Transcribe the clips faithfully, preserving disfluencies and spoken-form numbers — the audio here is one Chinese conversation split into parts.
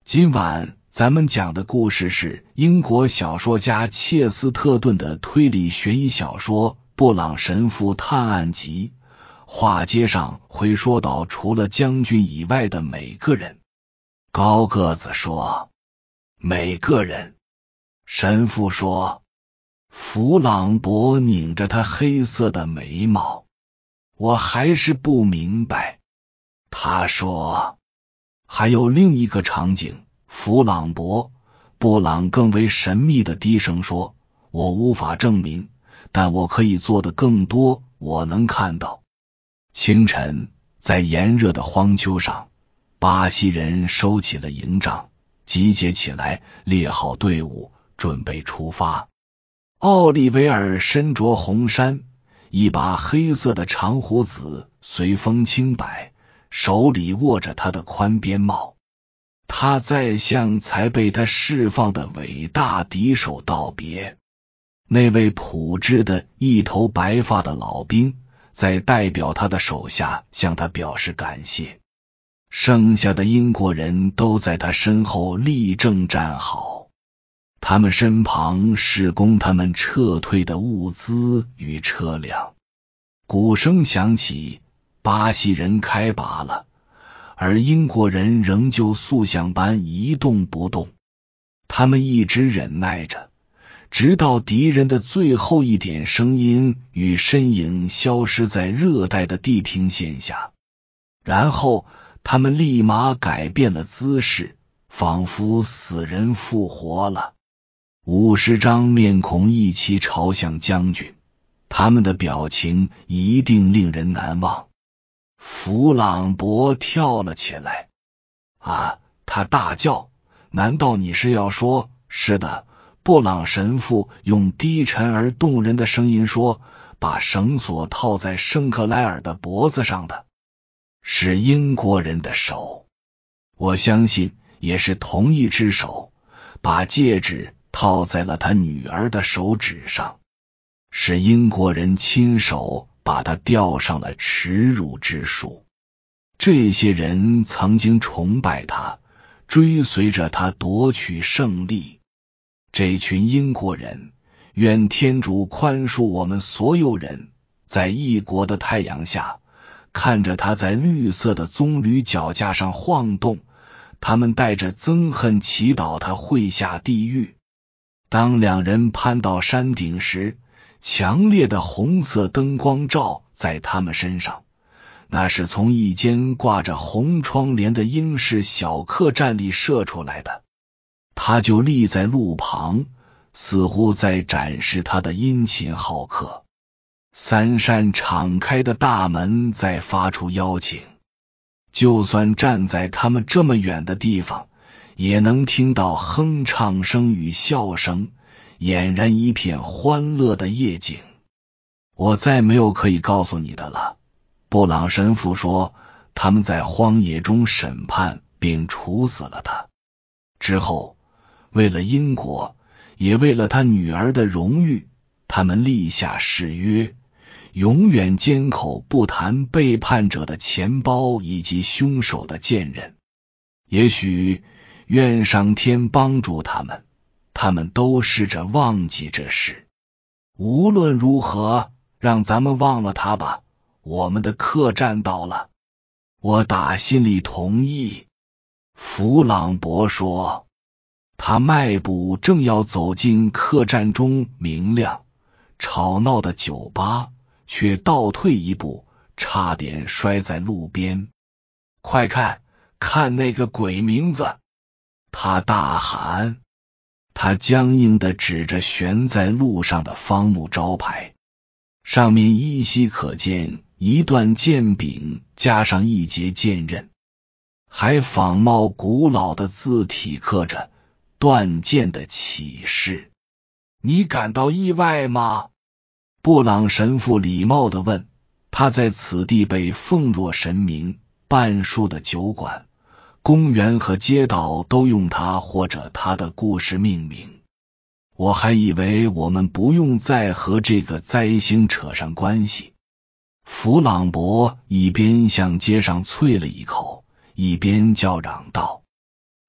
今晚咱们讲的故事是英国小说家切斯特顿的推理悬疑小说《布朗神父探案集》。话接上会说到除了将军以外的每个人。高个子说：每个人。神父说。弗朗博拧着他黑色的眉毛。我还是不明白。他说。还有另一个场景，弗朗博，布朗更为神秘的低声说，我无法证明，但我可以做的更多，我能看到。清晨，在炎热的荒丘上，巴西人收起了营帐，集结起来，列好队伍，准备出发。奥利维尔身着红衫，一把黑色的长胡子随风轻摆，手里握着他的宽边帽。他在向才被他释放的伟大敌手道别。那位朴质的一头白发的老兵在代表他的手下向他表示感谢。剩下的英国人都在他身后立正站好，他们身旁是供他们撤退的物资与车辆。鼓声响起，巴西人开拔了，而英国人仍旧塑像般一动不动。他们一直忍耐着，直到敌人的最后一点声音与身影消失在热带的地平线下，然后他们立马改变了姿势，仿佛死人复活了。五十张面孔一起朝向将军，他们的表情一定令人难忘。弗朗博跳了起来。啊！他大叫，难道你是要说？是的，布朗神父用低沉而动人的声音说，把绳索套在圣克莱尔的脖子上的是英国人的手，我相信也是同一只手，把戒指套在了他女儿的手指上，是英国人亲手把他吊上了耻辱之树。这些人曾经崇拜他，追随着他夺取胜利。这群英国人，愿天主宽恕我们所有人，在异国的太阳下，看着他在绿色的棕榈脚架上晃动，他们带着憎恨祈祷他会下地狱。当两人攀到山顶时，强烈的红色灯光照在他们身上，那是从一间挂着红窗帘的英式小客栈里射出来的。他就立在路旁，似乎在展示他的殷勤好客。三扇敞开的大门在发出邀请，就算站在他们这么远的地方，也能听到哼唱声与笑声，俨然一片欢乐的夜景。我再没有可以告诉你的了，布朗神父说，他们在荒野中审判并处死了他。之后，为了英国，也为了他女儿的荣誉，他们立下誓约，永远缄口不谈背叛者的钱包以及凶手的剑刃。也许愿上天帮助他们，他们都试着忘记这事。无论如何，让咱们忘了他吧，我们的客栈到了。我打心里同意。弗朗博说。他迈步正要走进客栈中明亮吵闹的酒吧，却倒退一步，差点摔在路边。快看，看那个鬼名字！他大喊。他僵硬地指着悬在路上的方木招牌，上面依稀可见一段剑柄加上一节剑刃，还仿冒古老的字体刻着断剑的启示。你感到意外吗？布朗神父礼貌地问。他在此地被奉若神明，半数的酒馆、公园和街道都用他或者他的故事命名。我还以为我们不用再和这个灾星扯上关系。弗朗博一边向街上啐了一口，一边叫嚷道。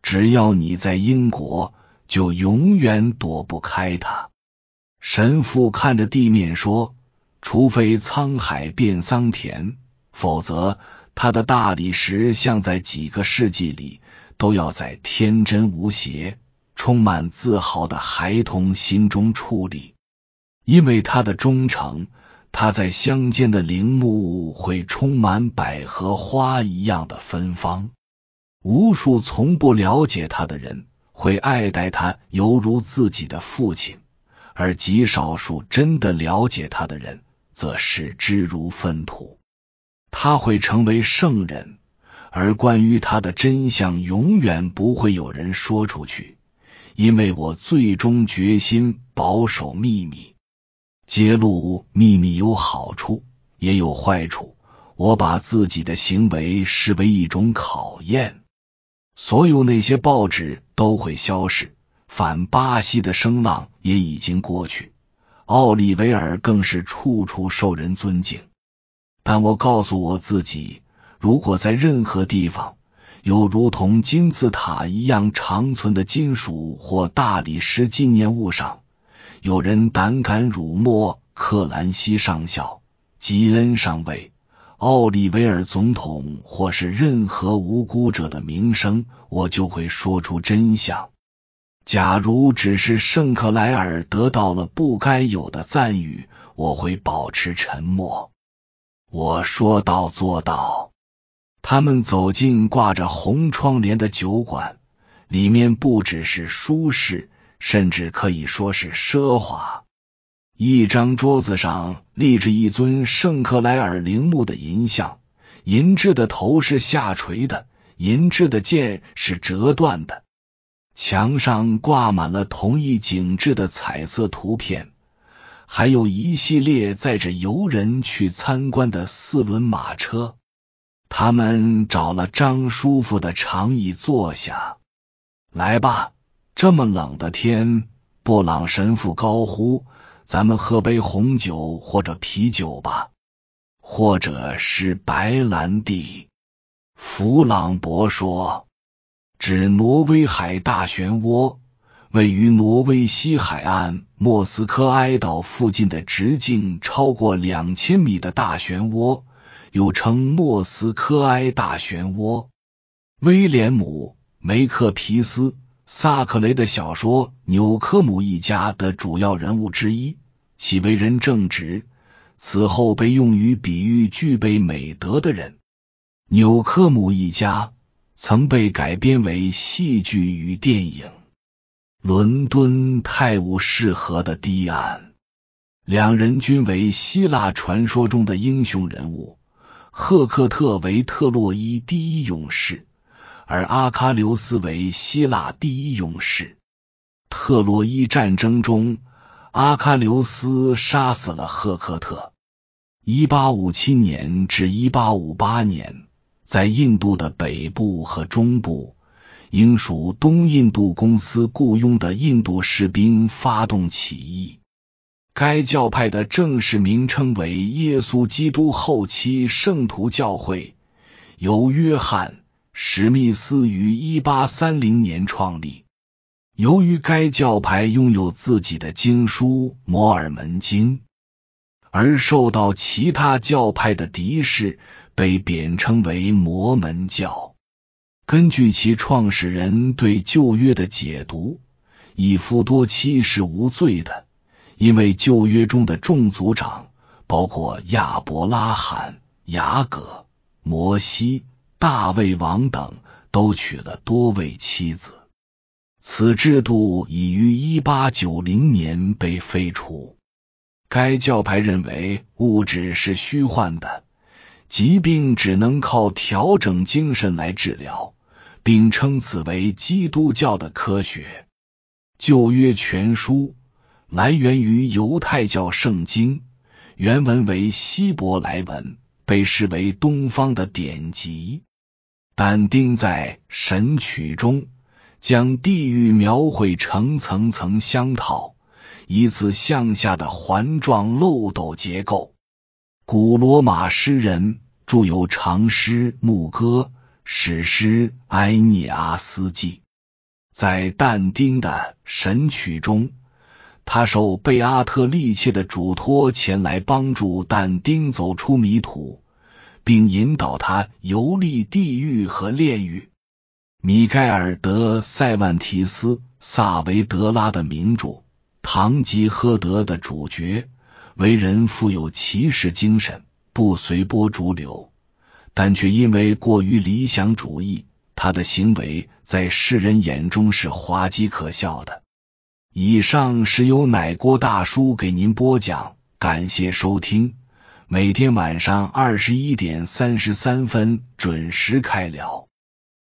只要你在英国，就永远躲不开它。神父看着地面说，除非沧海变桑田，否则他的大理石像在几个世纪里都要在天真无邪、充满自豪的孩童心中矗立。因为他的忠诚，他在乡间的陵墓会充满百合花一样的芬芳。无数从不了解他的人会爱戴他犹如自己的父亲，而极少数真的了解他的人则视之如粪土。他会成为圣人，而关于他的真相永远不会有人说出去，因为我最终决心保守秘密。揭露秘密有好处，也有坏处。我把自己的行为视为一种考验。所有那些报纸都会消逝，反巴西的声浪也已经过去，奥利维尔更是处处受人尊敬。但我告诉我自己，如果在任何地方有如同金字塔一样长存的金属或大理石纪念物上，有人胆敢辱没克兰西上校、吉恩上尉、奥利维尔总统或是任何无辜者的名声，我就会说出真相。假如只是圣克莱尔得到了不该有的赞誉，我会保持沉默。我说到做到。他们走进挂着红窗帘的酒馆，里面不只是舒适，甚至可以说是奢华。一张桌子上立着一尊圣克莱尔陵墓的银像，银质的头是下垂的，银质的剑是折断的。墙上挂满了同一景致的彩色图片，还有一系列载着游人去参观的四轮马车。他们找了张舒服的长椅坐下。来吧，这么冷的天，布朗神父高呼，咱们喝杯红酒或者啤酒吧，或者是白兰地。弗朗博说，指挪威海大漩涡，位于挪威西海岸莫斯科埃岛附近的直径超过两千米的大漩涡，又称莫斯科埃大漩涡。威廉姆·梅克皮斯·萨克雷的小说《纽科姆一家》的主要人物之一，其为人正直，此后被用于比喻具备美德的人。纽科姆一家曾被改编为戏剧与电影。伦敦泰晤士河的堤岸，两人均为希腊传说中的英雄人物。赫克特为特洛伊第一勇士，而阿喀琉斯为希腊第一勇士。特洛伊战争中，阿喀琉斯杀死了赫克特。一八五七年至一八五八年，在印度的北部和中部，英属东印度公司雇佣的印度士兵发动起义。该教派的正式名称为耶稣基督后期圣徒教会，由约翰·史密斯于一八三零年创立。由于该教派拥有自己的经书《摩尔门经》，而受到其他教派的敌视，被贬称为摩门教。根据其创始人对旧约的解读，以弗多妻是无罪的，因为旧约中的众族长，包括亚伯拉罕、雅各、摩西、大卫王等，都娶了多位妻子。此制度已于一八九零年被废除。该教派认为物质是虚幻的，疾病只能靠调整精神来治疗，并称此为基督教的科学。旧约全书来源于犹太教圣经，原文为希伯来文，被视为东方的典籍。但丁在神曲中将地狱描绘成层层相套，以此向下的环状漏斗结构。古罗马诗人著有长诗《牧歌》、史诗《埃涅阿斯纪》。 在但丁的《神曲》中，他受贝阿特丽切的嘱托前来帮助但丁走出迷途，并引导他游历地狱和炼狱。米盖尔·德·塞万提斯·萨维德拉的名著《堂吉诃德》的主角，为人富有骑士精神，不随波逐流，但却因为过于理想主义，他的行为在世人眼中是滑稽可笑的。以上是由奶锅大叔给您播讲，感谢收听，每天晚上二十一点三十三分准时开聊。